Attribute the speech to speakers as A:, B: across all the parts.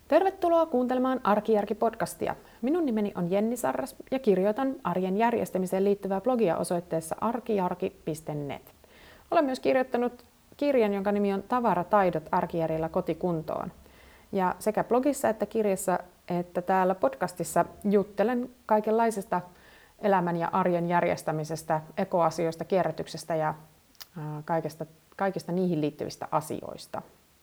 A: Tervetuloa kuuntelemaan Arkijärki-podcastia. Minun nimeni on Jenni Sarras ja kirjoitan arjen järjestämiseen liittyvää blogia osoitteessa arkijarki.net. Olen myös kirjoittanut kirjan, jonka nimi on Tavarataidot arkijärjellä kotikuntoon. Ja sekä blogissa että kirjassa että täällä podcastissa juttelen kaikenlaisesta elämän ja arjen järjestämisestä, ekoasioista, kierrätyksestä ja kaikista niihin liittyvistä asioista.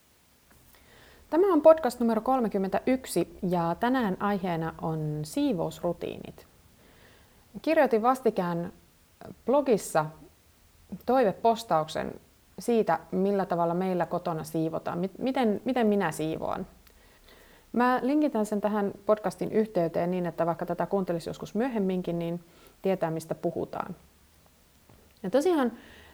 A: Tämä on podcast numero 31 ja tänään aiheena on siivousrutiinit. Kirjoitin vastikään blogissa toivepostauksen siitä, millä tavalla meillä kotona siivotaan, miten minä siivoan. Mä linkitän sen tähän podcastin yhteyteen niin, että vaikka tätä kuuntelisi joskus myöhemminkin, niin tietää mistä puhutaan. Ja tosiaan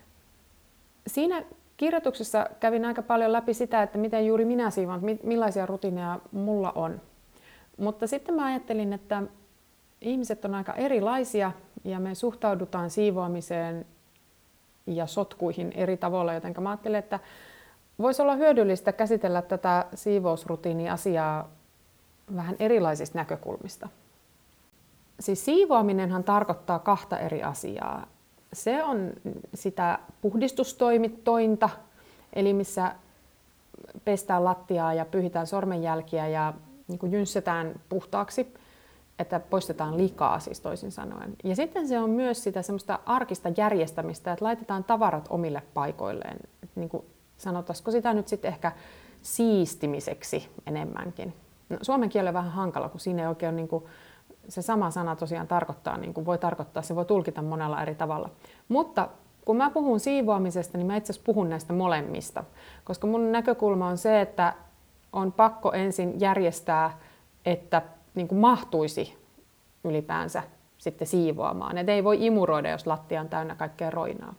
A: siinä kirjoituksessa kävin aika paljon läpi sitä, että miten juuri minä siivoan, millaisia rutiineja mulla on. Mutta sitten mä ajattelin, että ihmiset on aika erilaisia ja me suhtaudutaan siivoamiseen ja sotkuihin eri tavalla, joten mä ajattelin, että voisi olla hyödyllistä käsitellä tätä siivousrutiini-asiaa vähän erilaisista näkökulmista. Siis siivoaminenhan tarkoittaa kahta eri asiaa. Se on sitä puhdistustointa, eli missä pestään lattiaa ja pyyhitään sormenjälkiä ja niin kuin jynssetään puhtaaksi, että poistetaan likaa siis toisin sanoen. Ja sitten se on myös sitä semmoista arkista järjestämistä, että laitetaan tavarat omille paikoilleen. Niin kuin sanotaanko sitä nyt sitten ehkä siistimiseksi enemmänkin. No, suomen kieli on vähän hankala, kun siinä ei oikein niin kuin se sama sana tosiaan tarkoittaa, niin kuin voi tarkoittaa, se voi tulkita monella eri tavalla. Mutta kun mä puhun siivoamisesta, niin mä itse asiassa puhun näistä molemmista. Koska mun näkökulma on se, että on pakko ensin järjestää, että niin kuin mahtuisi ylipäänsä sitten siivoamaan. Et ei voi imuroida, jos lattia on täynnä kaikkea roinaa.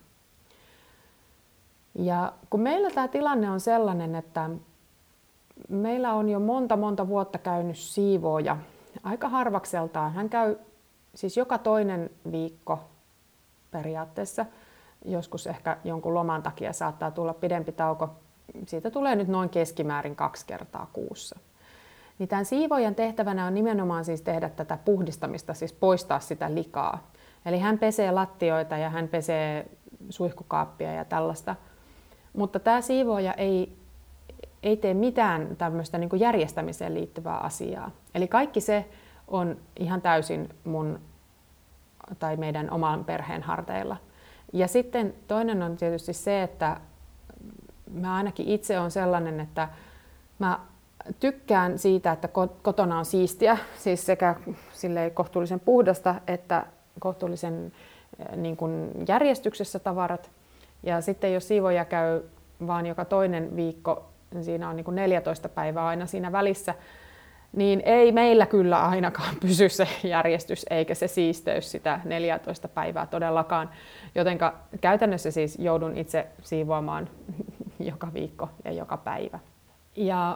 A: Ja kun meillä tämä tilanne on sellainen, että meillä on jo monta vuotta käynyt siivooja, aika harvakseltaan. Hän käy siis joka toinen viikko periaatteessa. Joskus ehkä jonkun loman takia saattaa tulla pidempi tauko. Siitä tulee nyt noin keskimäärin 2 kertaa kuussa. Niin tämän siivoojan tehtävänä on nimenomaan siis tehdä tätä puhdistamista, siis poistaa sitä likaa. Eli hän pesee lattioita ja hän pesee suihkukaappia ja tällaista. Mutta tämä siivooja ei tee mitään tämmöistä niin kuin järjestämiseen liittyvää asiaa. Eli kaikki se on ihan täysin mun tai meidän oman perheen harteilla. Ja sitten toinen on tietysti se, että mä ainakin itse on sellainen, että mä tykkään siitä, että kotona on siistiä, siis sekä silleen kohtuullisen puhdasta että kohtuullisen niin kuin järjestyksessä tavarat. Ja sitten jos siivoja käy vaan joka toinen viikko, siinä on niin kuin 14 päivää aina siinä välissä, niin ei meillä kyllä ainakaan pysy se järjestys eikä se siisteys sitä 14 päivää todellakaan. Jotenka käytännössä siis joudun itse siivoamaan joka viikko ja joka päivä. Ja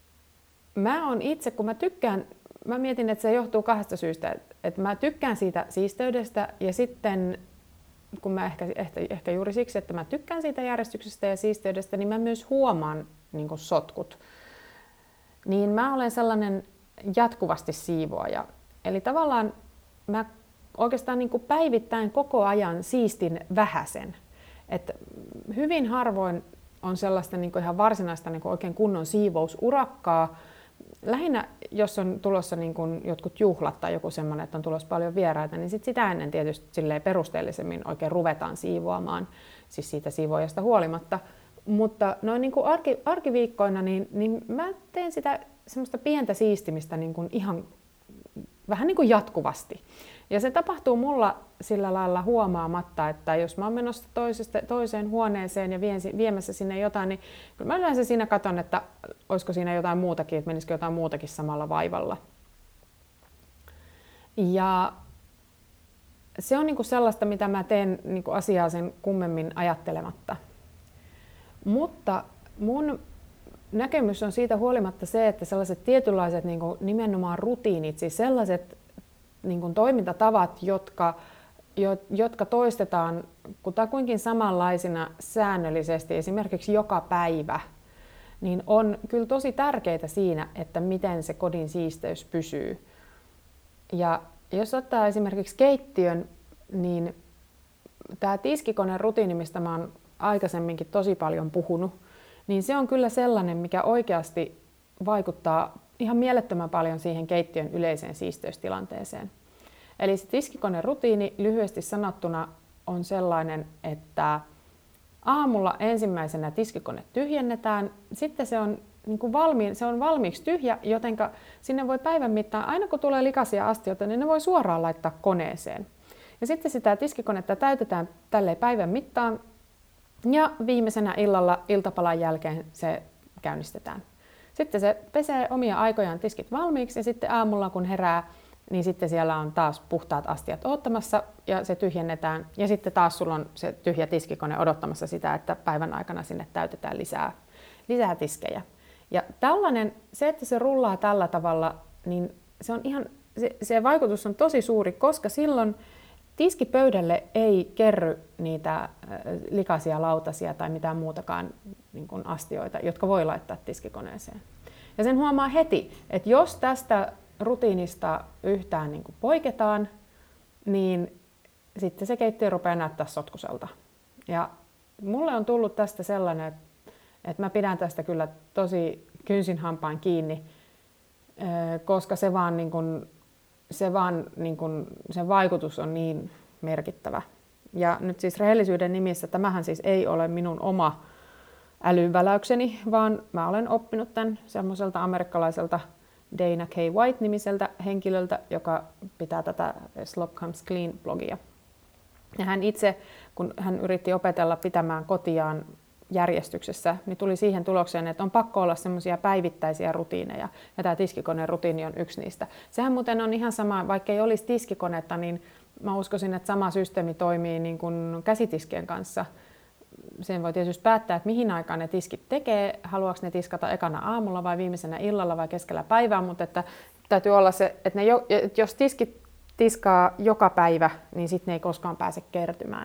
A: mä oon itse, kun mä mietin, että se johtuu 2 syystä. Että mä tykkään siitä siisteydestä ja sitten kun mä ehkä juuri siksi, että mä tykkään siitä järjestyksestä ja siisteydestä, niin mä myös huomaan niin kuin sotkut. Niin mä olen sellainen jatkuvasti siivoaja. Eli tavallaan mä oikeastaan niin kuin päivittäin koko ajan siistin vähäsen. Et hyvin harvoin on sellaista niin kuin ihan varsinaista niin kuin oikein kunnon siivousurakkaa. Lähinnä, jos on tulossa niin kuin jotkut juhlat tai joku semmoinen, että on tulossa paljon vieraita, niin sitä ennen tietysti silleen perusteellisemmin oikein ruvetaan siivoamaan, siis siitä siivoajasta huolimatta. Mutta noin niin kuin arkiviikkoina, niin mä teen sitä semmoista pientä siistimistä niin kuin ihan vähän niin kuin jatkuvasti. Ja se tapahtuu mulla sillä lailla huomaamatta, että jos mä oon menossa toiseen huoneeseen ja viemässä sinne jotain, niin kyllä mä yleensä siinä katson, että olisiko siinä jotain muutakin, että menisikö jotain muutakin samalla vaivalla. Ja se on niin kuin sellaista, mitä mä teen niin kuin asiaa sen kummemmin ajattelematta. Mutta mun näkemys on siitä huolimatta se, että sellaiset tietynlaiset niin kuin nimenomaan rutiinit, siis sellaiset niin kuin toimintatavat, jotka toistetaan kutakuinkin samanlaisina säännöllisesti, esimerkiksi joka päivä, niin on kyllä tosi tärkeitä siinä, että miten se kodin siisteys pysyy. Ja jos ottaa esimerkiksi keittiön, niin tämä tiskikone-rutiini, mistä mä oon aikaisemminkin tosi paljon puhunut, niin se on kyllä sellainen, mikä oikeasti vaikuttaa ihan mielettömän paljon siihen keittiön yleiseen siisteystilanteeseen. Eli se tiskikone-rutiini lyhyesti sanottuna on sellainen, että aamulla ensimmäisenä tiskikone tyhjennetään, sitten se on, se on valmiiksi tyhjä, jotenka sinne voi päivän mittaan, aina kun tulee likaisia astioita, niin ne voi suoraan laittaa koneeseen. Ja sitten sitä tiskikonetta täytetään tälleen päivän mittaan ja viimeisenä illalla iltapalan jälkeen se käynnistetään. Sitten se pesee omia aikojaan tiskit valmiiksi ja sitten aamulla kun herää, niin sitten siellä on taas puhtaat astiat odottamassa ja se tyhjennetään. Ja sitten taas sulla on se tyhjä tiskikone odottamassa sitä, että päivän aikana sinne täytetään lisää tiskejä. Ja tällainen, se että se rullaa tällä tavalla, niin se on ihan, se vaikutus on tosi suuri, koska silloin tiskipöydälle ei kerry niitä likaisia lautasia tai mitään muutakaan niin kuin astioita, jotka voi laittaa tiskikoneeseen. Ja sen huomaa heti, että jos tästä rutiinista yhtään niin kuin poiketaan, niin sitten se keittiö rupeaa näyttää sotkuselta. Ja mulle on tullut tästä sellainen, että mä pidän tästä kyllä tosi kynsin hampain kiinni, koska se vaan sen vaikutus on niin merkittävä. Ja nyt siis rehellisyyden nimissä tämähän siis ei ole minun oma älynväläykseni, vaan mä olen oppinut tämän semmoiselta amerikkalaiselta Dana K. White-nimiseltä henkilöltä, joka pitää tätä Slop Comes Clean-blogia. Ja hän itse, kun hän yritti opetella pitämään kotiaan järjestyksessä, niin tuli siihen tulokseen, että on pakko olla semmoisia päivittäisiä rutiineja, ja tämä tiskikoneen-rutiini on yksi niistä. Sehän muuten on ihan sama, vaikka ei olisi tiskikonetta, niin mä uskoisin, että sama systeemi toimii niin kuin käsitiskien kanssa. Sen voi tietysti päättää, että mihin aikaan ne tiskit tekee, haluaako ne tiskata ekana aamulla vai viimeisenä illalla vai keskellä päivää, mutta että täytyy olla se, että jos tiskit tiskaa joka päivä, niin sitten ne ei koskaan pääse kertymään.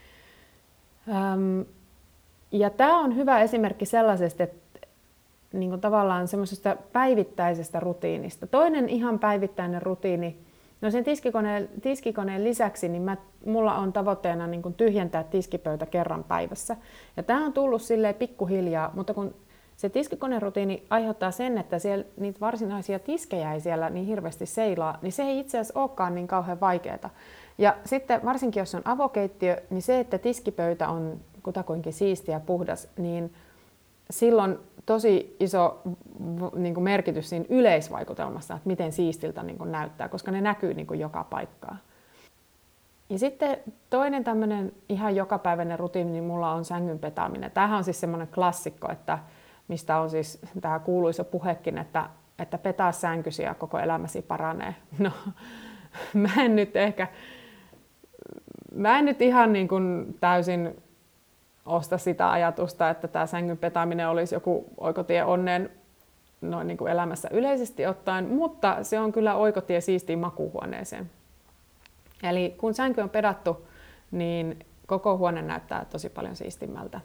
A: Ja tämä on hyvä esimerkki sellaisesta, että niin kuin tavallaan semmoisesta päivittäisestä rutiinista. Toinen ihan päivittäinen rutiini, no sen tiskikoneen lisäksi, niin mulla on tavoitteena niin kuin tyhjentää tiskipöytä kerran päivässä. Ja tämä on tullut silleen pikkuhiljaa, mutta kun se tiskikoneen-rutiini aiheuttaa sen, että siellä niitä varsinaisia tiskejä ei siellä niin hirveästi seilaa, niin se ei itse asiassa olekaan niin kauhean vaikeaa. Ja sitten varsinkin jos on avokeittiö, niin se, että tiskipöytä on kutakuinkin siisti ja puhdas, niin silloin tosi iso niin kuin merkitys siinä yleisvaikutelmassa, että miten siistiltä niin kuin näyttää, koska ne näkyy niin kuin joka paikkaa. Ja sitten toinen tämmöinen ihan jokapäiväinen rutiini, niin mulla on sängyn petaaminen. Tämähän on siis semmoinen klassikko, että mistä on siis tämä kuuluisa puhekin, että petaa sänkysi ja koko elämäsi paranee. No, mä en nyt ihan niin kuin täysin osta sitä ajatusta, että tämä sängyn petaaminen olisi joku oikotie onneen noin niin kuin elämässä yleisesti ottaen, mutta se on kyllä oikotie siistiin makuuhuoneeseen. Eli kun sänky on pedattu, niin koko huone näyttää tosi paljon siistimmältä.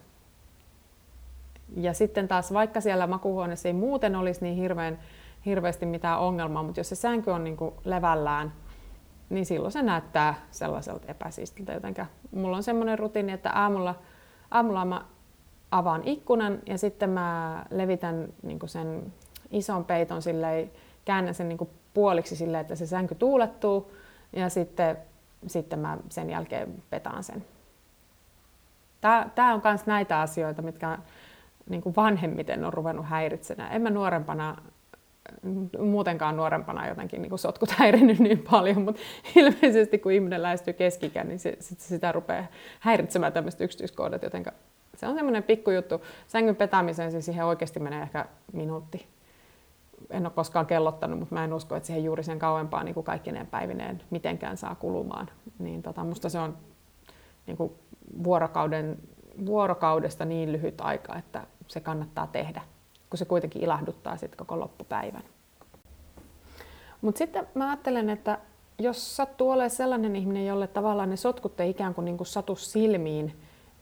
A: Ja sitten taas vaikka siellä makuuhuoneessa ei muuten olisi niin hirveästi mitään ongelmaa, mutta jos se sänky on niin kuin levällään, niin silloin se näyttää sellaiselta epäsiistiltä. Jotenka mulla on semmoinen rutiini, että aamulla mä avaan ikkunan ja sitten mä levitän niin kuin sen ison peiton silleen, käännän sen niin kuin puoliksi silleen, että se sänky tuulettuu ja sitten mä sen jälkeen petaan sen. Tää on myös näitä asioita, mitkä niin kuin vanhemmiten on ruvennut häiritsemään. En mä muutenkaan nuorempana jotenkin niin kuin sotkut häirinnyt niin paljon, mutta ilmeisesti kun ihminen lähestyy keski-ikään, niin sitä rupeaa häiritsemään tämmöiset yksityiskohdat, jotenka se on semmoinen pikkujuttu. Sängyn petämiseen siis siihen oikeasti menee ehkä minuutti. En ole koskaan kellottanut, mutta mä en usko, että siihen juuri sen kauempaa niin kuin kaikkineen päivineen mitenkään saa kulumaan. Niin musta se on niin kuin vuorokaudesta niin lyhyt aika, että se kannattaa tehdä, kun se kuitenkin ilahduttaa sit koko loppupäivän. Mutta sitten mä ajattelen, että jos sattuu olemaan sellainen ihminen, jolle tavallaan ne sotkut ei ikään kuin satu silmiin,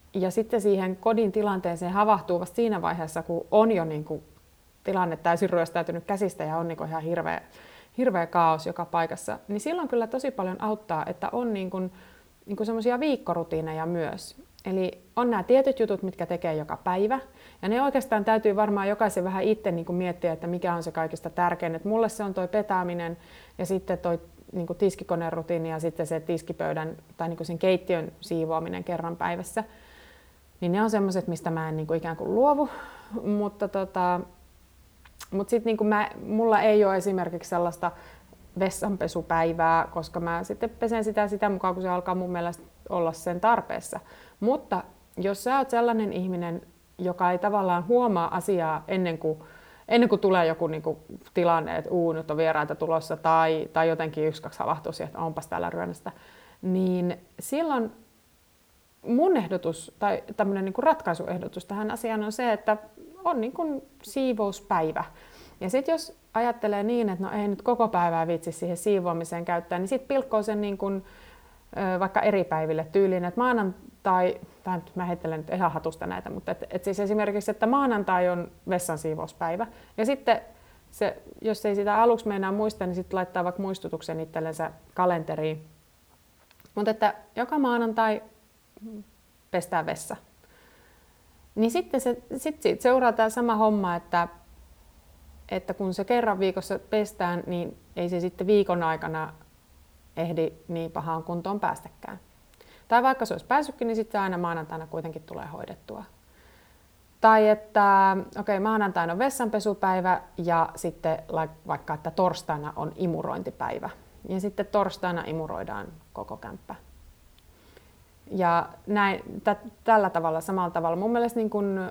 A: Ja sitten siihen kodin tilanteeseen havahtuu vasta siinä vaiheessa, kun on jo niin kuin tilanne täysin ryöstäytynyt käsistä ja on niin kuin ihan hirveä kaos joka paikassa. Niin silloin kyllä tosi paljon auttaa, että on niin kuin semmoisia viikkorutiineja myös. Eli on nämä tietyt jutut, mitkä tekee joka päivä. Ja ne oikeastaan täytyy varmaan jokaisen vähän itse niin kuin miettiä, että mikä on se kaikista tärkein. Et mulle se on toi petäminen ja sitten toi niin kuin tiskikonerutiini ja sitten se tiskipöydän tai niin kuin sen keittiön siivoaminen kerran päivässä. Niin ne on semmoiset, mistä mä en niin kuin ikään kuin luovu. Mutta sitten niin kuin mulla ei ole esimerkiksi sellaista vessanpesupäivää, koska mä sitten pesen sitä mukaan, kun se alkaa mun mielestä olla sen tarpeessa. Mutta jos sä oot sellainen ihminen, joka ei tavallaan huomaa asiaa ennen kuin tulee joku niin kuin tilanne, että nyt on vieraita tulossa tai jotenkin 1-2 havahtuu siihen, että onpas täällä ryönästä, niin silloin mun ehdotus tai tämmöinen niin kuin ratkaisuehdotus tähän asiaan on se, että on niin kuin siivouspäivä. Ja sitten jos ajattelee niin, että no ei nyt koko päivää viitsi siihen siivoamiseen käyttää, niin sitten pilkkoo sen niin kuin, vaikka eri päiville tyyliin, että maanantai, tai mä heittelen nyt ihan hatusta näitä, mutta et siis esimerkiksi, että maanantai on vessan siivouspäivä. Ja sitten se, jos ei sitä aluksi meinaa muistaa, niin sitten laittaa vaikka muistutuksen itsellensä kalenteriin. Mutta että joka maanantai pestää vessa. Niin sitten siitä seuraa tämä sama homma, että kun se kerran viikossa pestään, niin ei se sitten viikon aikana ehdi niin pahaan kuntoon päästäkään. Tai vaikka se olisi päässytkin, niin sitten aina maanantaina kuitenkin tulee hoidettua. Tai että maanantaina on vessanpesupäivä ja sitten vaikka, että torstaina on imurointipäivä. Ja sitten torstaina imuroidaan koko kämppä. Ja tällä tavalla, samalla tavalla. Mun mielestä niin kun,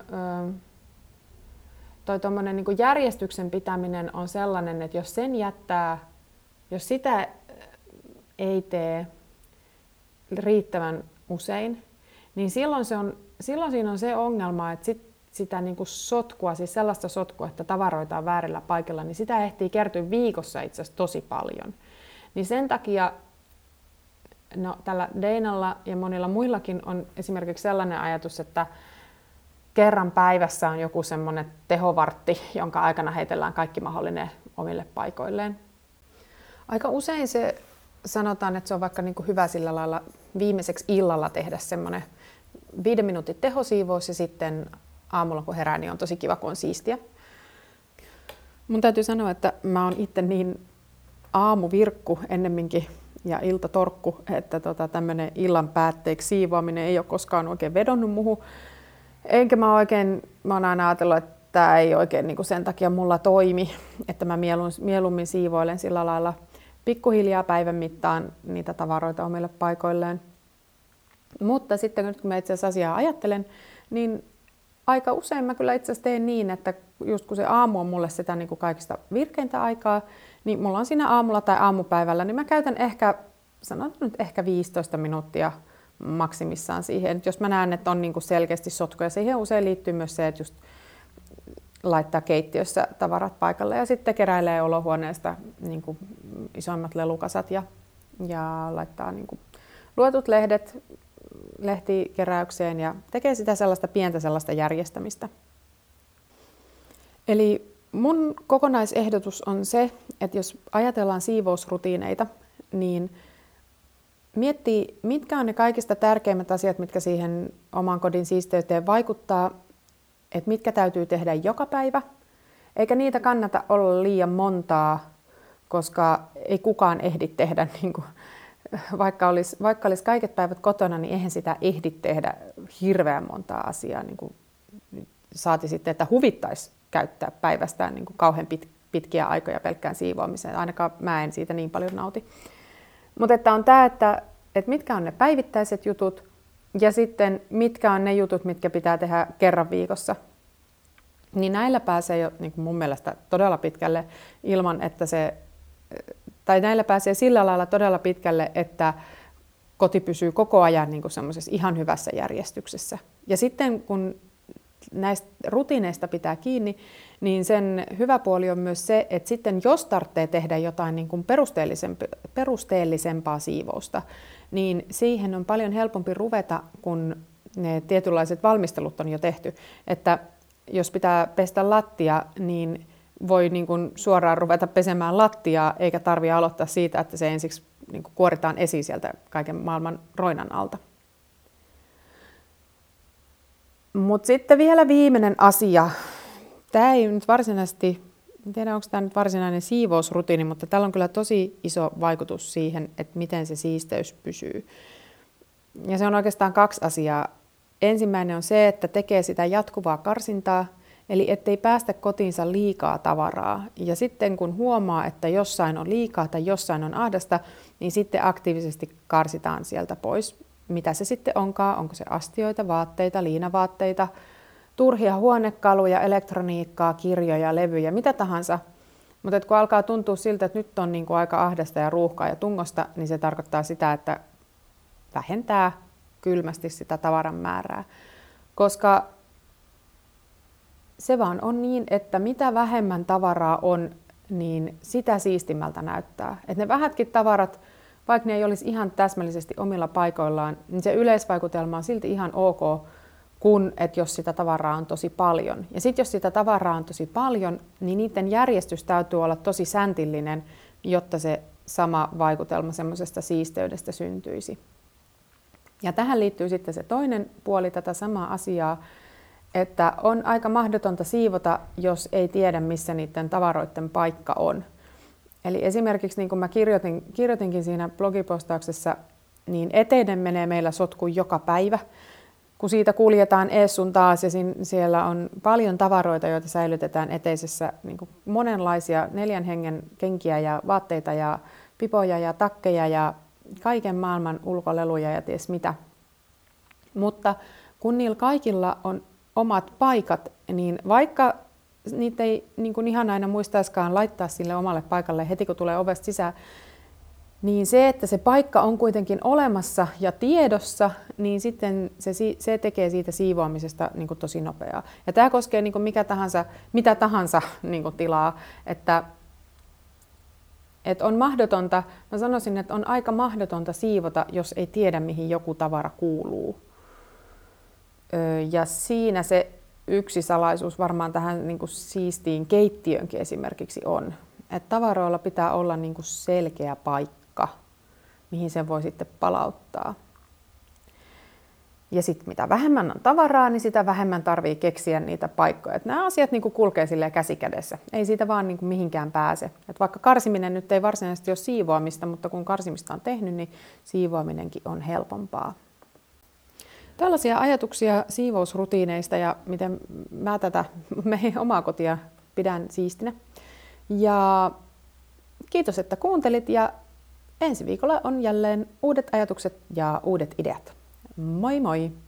A: toi tommonen niin kun järjestyksen pitäminen on sellainen, että jos sen jättää, jos sitä ei tee riittävän usein, niin silloin siinä on se ongelma, että sitä niin kuin sotkua, siis sellaista sotkua, että tavaroita on väärillä paikalla, niin sitä ehtii kertyä viikossa itse asiassa tosi paljon. Niin sen takia tällä Deinalla ja monilla muillakin on esimerkiksi sellainen ajatus, että kerran päivässä on joku semmoinen tehovartti, jonka aikana heitellään kaikki mahdollinen omille paikoilleen. Aika usein se sanotaan, että se on vaikka niin kuin hyvä sillä lailla viimeiseksi illalla tehdä semmoinen 5 minuutin tehosiivous ja sitten aamulla kun herää, niin on tosi kiva, kun on siistiä. Mun täytyy sanoa, että mä oon itse niin aamuvirkku ennemminkin ja iltatorkku, että tämmöinen illan päätteeksi siivoaminen ei ole koskaan oikein vedonnut muhun. Enkä mä oon aina ajatellut, että tämä ei oikein niin kuin sen takia mulla toimi, että mä mieluummin siivoilen sillä lailla pikkuhiljaa päivän mittaan niitä tavaroita omille paikoilleen. Mutta sitten nyt kun mä itse asiassa asiaa ajattelen, niin aika usein mä kyllä itse asiassa teen niin, että just kun se aamu on mulle sitä niin kuin kaikista virkeintä aikaa, niin mulla on siinä aamulla tai aamupäivällä, niin mä käytän ehkä 15 minuuttia maksimissaan siihen. Et jos mä näen, että on niin kuin selkeästi sotkuja, siihen usein liittyy myös se, että just laittaa keittiössä tavarat paikalle ja sitten keräilee olohuoneesta niin kuin isoimmat lelukasat ja laittaa niin kuin luetut lehdet lehtikeräykseen ja tekee sitä pientä sellaista järjestämistä. Eli mun kokonaisehdotus on se, että jos ajatellaan siivousrutiineita, niin miettii, mitkä on ne kaikista tärkeimmät asiat, mitkä siihen oman kodin siisteyteen vaikuttaa, että mitkä täytyy tehdä joka päivä, eikä niitä kannata olla liian montaa, koska ei kukaan ehdi tehdä, niin kuin, vaikka olisi kaiket päivät kotona, niin eihän sitä ehdi tehdä hirveän montaa asiaa, niin kuin, saati sitten, että huvittaisi käyttää päivästään niin kuin kauhean pitkiä aikoja pelkkään siivoamiseen, ainakaan mä en siitä niin paljon nauti. Mutta että on tämä, että mitkä on ne päivittäiset jutut ja sitten mitkä on ne jutut, mitkä pitää tehdä kerran viikossa. Niin näillä pääsee jo niin kuin mun mielestä todella pitkälle ilman, että näillä pääsee sillä lailla todella pitkälle, että koti pysyy koko ajan niin kuin semmoisessa ihan hyvässä järjestyksessä. Ja sitten kun näistä rutiineista pitää kiinni, niin sen hyvä puoli on myös se, että sitten jos tarvitsee tehdä jotain niin kuin perusteellisempaa siivousta, niin siihen on paljon helpompi ruveta, kun ne tietynlaiset valmistelut on jo tehty. Että jos pitää pestä lattia, niin voi niin kuin suoraan ruveta pesemään lattiaa, eikä tarvitse aloittaa siitä, että se ensiksi niin kuin kuoritaan esiin sieltä kaiken maailman roinan alta. Mutta sitten vielä viimeinen asia. Tämä ei nyt varsinaisesti, en tiedä onko tämä nyt varsinainen siivousrutiini, mutta tällä on kyllä tosi iso vaikutus siihen, että miten se siisteys pysyy. Ja se on oikeastaan 2 asiaa. Ensimmäinen on se, että tekee sitä jatkuvaa karsintaa, eli ettei päästä kotiinsa liikaa tavaraa. Ja sitten kun huomaa, että jossain on liikaa tai jossain on ahdasta, niin sitten aktiivisesti karsitaan sieltä pois. Mitä se sitten onkaan, onko se astioita, vaatteita, liinavaatteita, turhia huonekaluja, elektroniikkaa, kirjoja, levyjä, mitä tahansa. Mutta kun alkaa tuntua siltä, että nyt on niinku aika ahdasta ja ruuhkaa ja tungosta, niin se tarkoittaa sitä, että vähentää kylmästi sitä tavaran määrää. Koska se vaan on niin, että mitä vähemmän tavaraa on, niin sitä siistimältä näyttää. Että ne vähätkin tavarat, vaikka ne ei olisi ihan täsmällisesti omilla paikoillaan, niin se yleisvaikutelma on silti ihan ok, kun että jos sitä tavaraa on tosi paljon. Ja sitten jos sitä tavaraa on tosi paljon, niin niiden järjestys täytyy olla tosi säntillinen, jotta se sama vaikutelma semmoisesta siisteydestä syntyisi. Ja tähän liittyy sitten se toinen puoli tätä samaa asiaa, että on aika mahdotonta siivota, jos ei tiedä, missä niiden tavaroiden paikka on. Eli esimerkiksi niin kuin mä kirjoitinkin siinä blogipostauksessa, niin eteinen menee meillä sotkuun joka päivä, kun siitä kuljetaan ees sun taas ja siellä on paljon tavaroita, joita säilytetään eteisessä, niin kuin monenlaisia 4 hengen kenkiä ja vaatteita ja pipoja ja takkeja ja kaiken maailman ulkoleluja ja ties mitä. Mutta kun niillä kaikilla on omat paikat, niin vaikka niitä ei niin kuin ihan aina muistaiskaan laittaa sille omalle paikalle heti kun tulee ovesta sisään, niin se, että se paikka on kuitenkin olemassa ja tiedossa, niin sitten se tekee siitä siivoamisesta niin kuin tosi nopeaa. Ja tämä koskee niin kuin mitä tahansa niin kuin tilaa, että on mahdotonta, mä sanoisin, että on aika mahdotonta siivota, jos ei tiedä, mihin joku tavara kuuluu. Ja siinä se yksi salaisuus varmaan tähän niin kuin siistiin keittiönkin esimerkiksi on. Että tavaroilla pitää olla niin kuin selkeä paikka, mihin sen voi sitten palauttaa. Ja sitten mitä vähemmän on tavaraa, niin sitä vähemmän tarvii keksiä niitä paikkoja. Et nämä asiat niin kuin kulkee silleen käsi kädessä. Ei siitä vaan niin kuin mihinkään pääse. Et vaikka karsiminen nyt ei varsinaisesti ole siivoamista, mutta kun karsimista on tehnyt, niin siivoaminenkin on helpompaa. Tällaisia ajatuksia siivousrutiineista ja miten mä tätä meidän omaa kotia pidän siistinä. Ja kiitos, että kuuntelit ja ensi viikolla on jälleen uudet ajatukset ja uudet ideat. Moi moi!